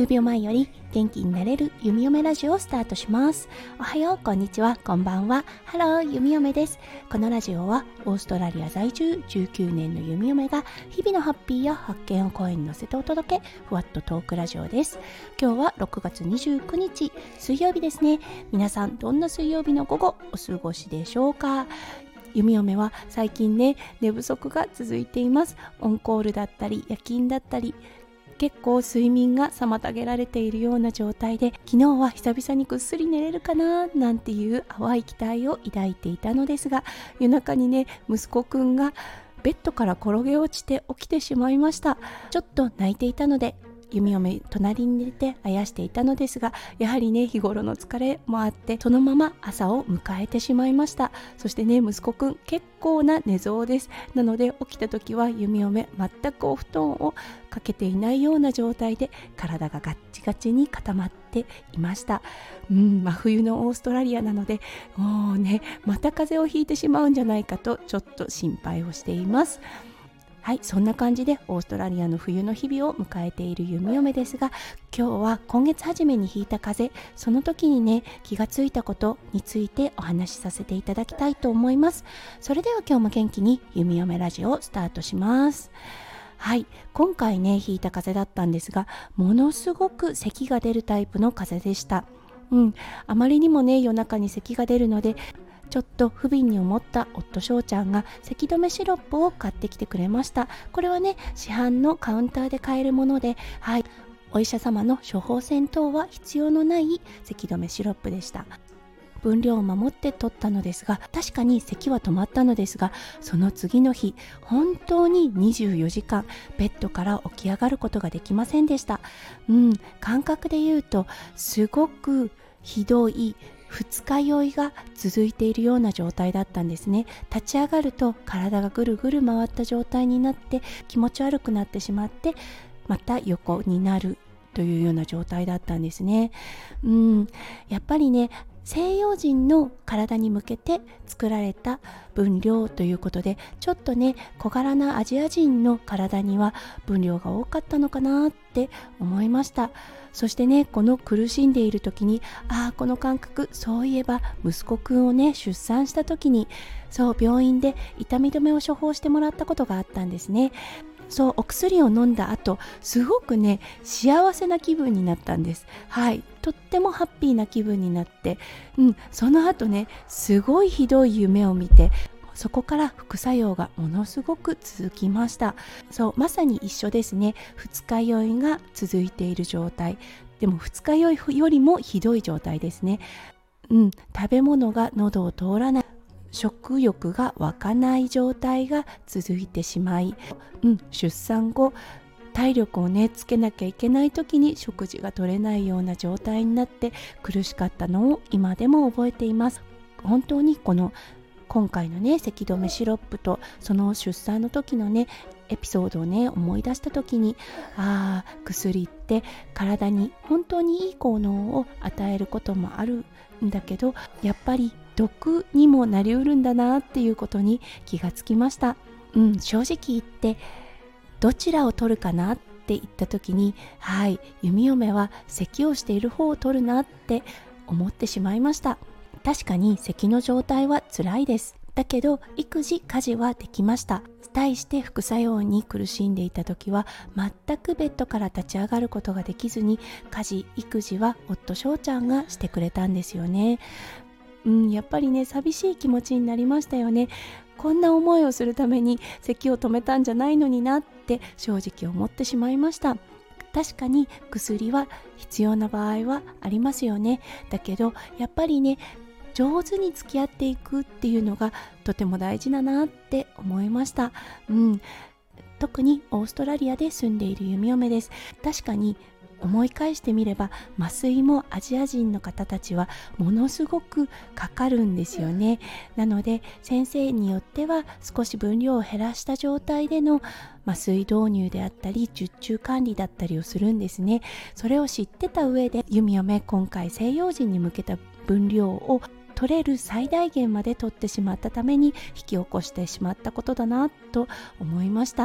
秒前より元気になれる弓嫁ラジオをスタートします。おはよう、こんにちは、こんばんは。ハロー、弓嫁です。このラジオはオーストラリア在住19年の弓嫁が日々のハッピーや発見を声に乗せてお届け、ふわっとトークラジオです。今日は6月29日水曜日ですね。皆さんどんな水曜日の午後お過ごしでしょうか。弓嫁は最近ね、寝不足が続いています。オンコールだったり夜勤だったり、結構睡眠が妨げられているような状態で、昨日は久々にぐっすり寝れるかななんていう淡い期待を抱いていたのですが、夜中にね、息子くんがベッドから転げ落ちて起きてしまいました。ちょっと泣いていたので弓嫁隣に寝てあやしていたのですが、やはりね、日頃の疲れもあってそのまま朝を迎えてしまいました。そしてね、息子くん結構な寝相です。なので起きた時は弓嫁全くお布団をかけていないような状態で、体がガッチガチに固まっていました。真冬のオーストラリアなので、もうね、また風邪をひいてしまうんじゃないかとちょっと心配をしています。はい、そんな感じでオーストラリアの冬の日々を迎えている弓嫁ですが、今日は今月初めにひいた風邪、その時にね、気がついたことについてお話しさせていただきたいと思います。それでは今日も元気に弓嫁ラジオをスタートします。はい、今回ね、ひいた風邪だったんですが、ものすごく咳が出るタイプの風邪でした。あまりにもね、夜中に咳が出るので、ちょっと不憫に思った夫翔ちゃんが咳止めシロップを買ってきてくれました。これはね、市販のカウンターで買えるもので、はい、お医者様の処方箋等は必要のない咳止めシロップでした。分量を守って取ったのですが、確かに咳は止まったのですが、その次の日本当に24時間ベッドから起き上がることができませんでした。感覚で言うとすごくひどい二日酔いが続いているような状態だったんですね。立ち上がると体がぐるぐる回った状態になって気持ち悪くなってしまって、また横になるというような状態だったんですね。やっぱりね、西洋人の体に向けて作られた分量ということで、ちょっとね、小柄なアジア人の体には分量が多かったのかなって思いました。そしてね、この苦しんでいる時に、この感覚、そういえば息子くんをね、出産した時に、病院で痛み止めを処方してもらったことがあったんですね。お薬を飲んだ後、すごくね、幸せな気分になったんです。はい、とってもハッピーな気分になって、その後ね、すごいひどい夢を見て、そこから副作用がものすごく続きました。まさに一緒ですね。二日酔いが続いている状態、でも二日酔いよりもひどい状態ですね。食べ物が喉を通らない、食欲が湧かない状態が続いてしまい、出産後体力をねつけなきゃいけない時に食事が取れないような状態になって苦しかったのを今でも覚えています。本当に今回のね、咳止めシロップとその出産の時のねエピソードをね思い出した時に、薬って体に本当にいい効能を与えることもあるんだけど、やっぱり毒にもなりうるんだなっていうことに気がつきました。正直言ってどちらを取るかなって言った時に、弓嫁は咳をしている方を取るなって思ってしまいました。確かに咳の状態は辛いです。だけど育児家事はできました。対して副作用に苦しんでいた時は全くベッドから立ち上がることができずに、家事育児は夫翔ちゃんがしてくれたんですよね。やっぱりね、寂しい気持ちになりましたよね。こんな思いをするために咳を止めたんじゃないのになって正直思ってしまいました。確かに薬は必要な場合はありますよね。だけどやっぱりね、上手に付き合っていくっていうのがとても大事だなって思いました。特にオーストラリアで住んでいる弓嫁です。確かに思い返してみれば、麻酔もアジア人の方たちはものすごくかかるんですよね。なので先生によっては少し分量を減らした状態での麻酔導入であったり術中管理だったりをするんですね。それを知ってた上で弓嫁、今回西洋人に向けた分量を取れる最大限まで取ってしまったために引き起こしてしまったことだなと思いました。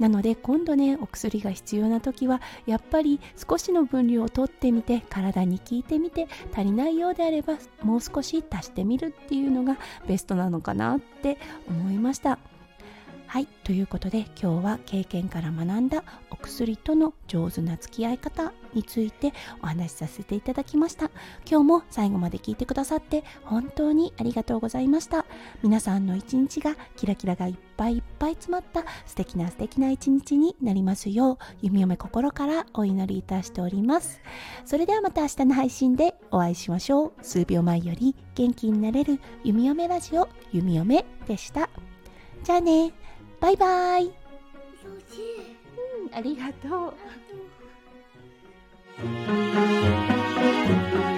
なので今度ねお薬が必要な時はやっぱり少しの分量を取ってみて、体に効いてみて、足りないようであればもう少し足してみるっていうのがベストなのかなって思いました。はい、ということで今日は経験から学んだお薬との上手な付き合い方についてお話しさせていただきました。今日も最後まで聞いてくださって本当にありがとうございました。皆さんの一日がキラキラがいっぱいいっぱい詰まった素敵な一日になりますよう、弓嫁心からお祈りいたしております。それではまた明日の配信でお会いしましょう。数秒前より元気になれる弓嫁ラジオ、弓嫁でした。じゃあね、バイバイ。ありがとう。